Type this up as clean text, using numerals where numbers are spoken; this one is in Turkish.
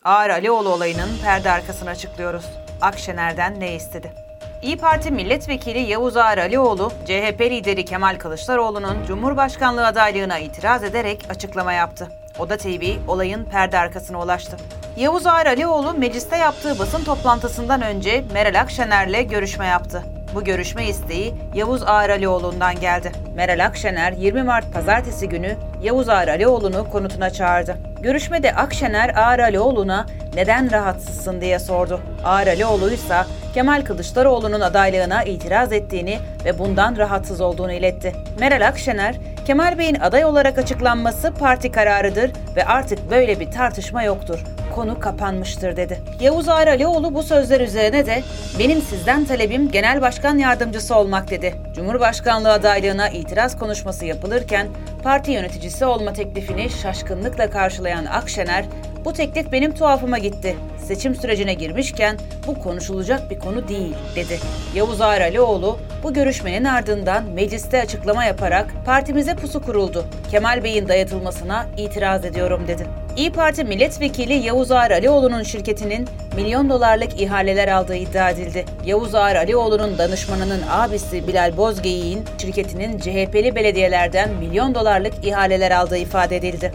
Ağar Alioğlu olayının perde arkasını açıklıyoruz. Akşener'den ne istedi? İYİ Parti Milletvekili Yavuz Ağar Alioğlu, CHP lideri Kemal Kılıçdaroğlu'nun Cumhurbaşkanlığı adaylığına itiraz ederek açıklama yaptı. Oda TV olayın perde arkasına ulaştı. Yavuz Ağar Alioğlu mecliste yaptığı basın toplantısından önce Meral Akşener'le görüşme yaptı. Bu görüşme isteği Yavuz Ağar Alioğlu'ndan geldi. Meral Akşener 20 Mart Pazartesi günü Yavuz Ağar Alioğlu'nu konutuna çağırdı. Görüşmede Akşener Ağar Alioğlu'na neden rahatsızsın diye sordu. Ağar Alioğlu ise Kemal Kılıçdaroğlu'nun adaylığına itiraz ettiğini ve bundan rahatsız olduğunu iletti. Meral Akşener, Kemal Bey'in aday olarak açıklanması parti kararıdır ve artık böyle bir tartışma yoktur. Konu kapanmıştır dedi. Yavuz Ağar Alioğlu bu sözler üzerine de benim sizden talebim genel başkan yardımcısı olmak dedi. Cumhurbaşkanlığı adaylığına itiraz konuşması yapılırken parti yöneticisi olma teklifini şaşkınlıkla karşılayan Akşener, bu teklif benim tuhafıma gitti. Seçim sürecine girmişken bu konuşulacak bir konu değil dedi. Yavuz Ağar Alioğlu bu görüşmenin ardından mecliste açıklama yaparak partimize pusu kuruldu. Kemal Bey'in dayatılmasına itiraz ediyorum dedi. İYİ Parti Milletvekili Yavuz Ağar Alioğlu'nun şirketinin milyon dolarlık ihaleler aldığı iddia edildi. Yavuz Ağar Alioğlu'nun danışmanının abisi Bilal Bozgeyik'in şirketinin CHP'li belediyelerden milyon dolarlık ihaleler aldığı ifade edildi.